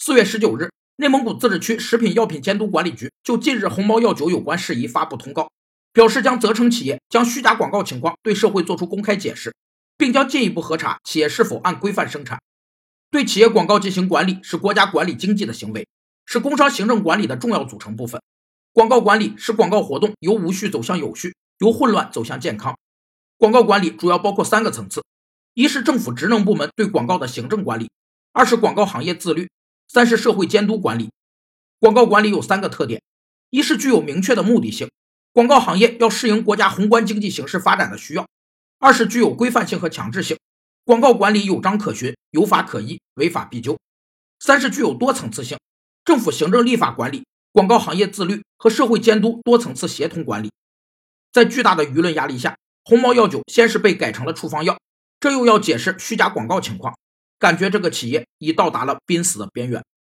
4月19日，内蒙古自治区食品药品监督管理局就近日鸿茅药酒有关事宜发布通告，表示将责成企业将虚假广告情况对社会作出公开解释，并将进一步核查企业是否按规范生产。对企业广告进行管理是国家管理经济的行为，是工商行政管理的重要组成部分。广告管理使广告活动由无序走向有序，由混乱走向健康。广告管理主要包括3个层次：一是政府职能部门对广告的行政管理，二是广告行业自律，三是社会监督管理。广告管理有3个特点：一是具有明确的目的性，广告行业要适应国家宏观经济形势发展的需要；二是具有规范性和强制性，广告管理有章可循，有法可依，违法必究；三是具有多层次性，政府行政立法管理、广告行业自律和社会监督多层次协同管理。在巨大的舆论压力下，鸿茅药酒先是被改成了处方药，这又要解释虚假广告情况，感觉这个企业已到达了濒死的边缘。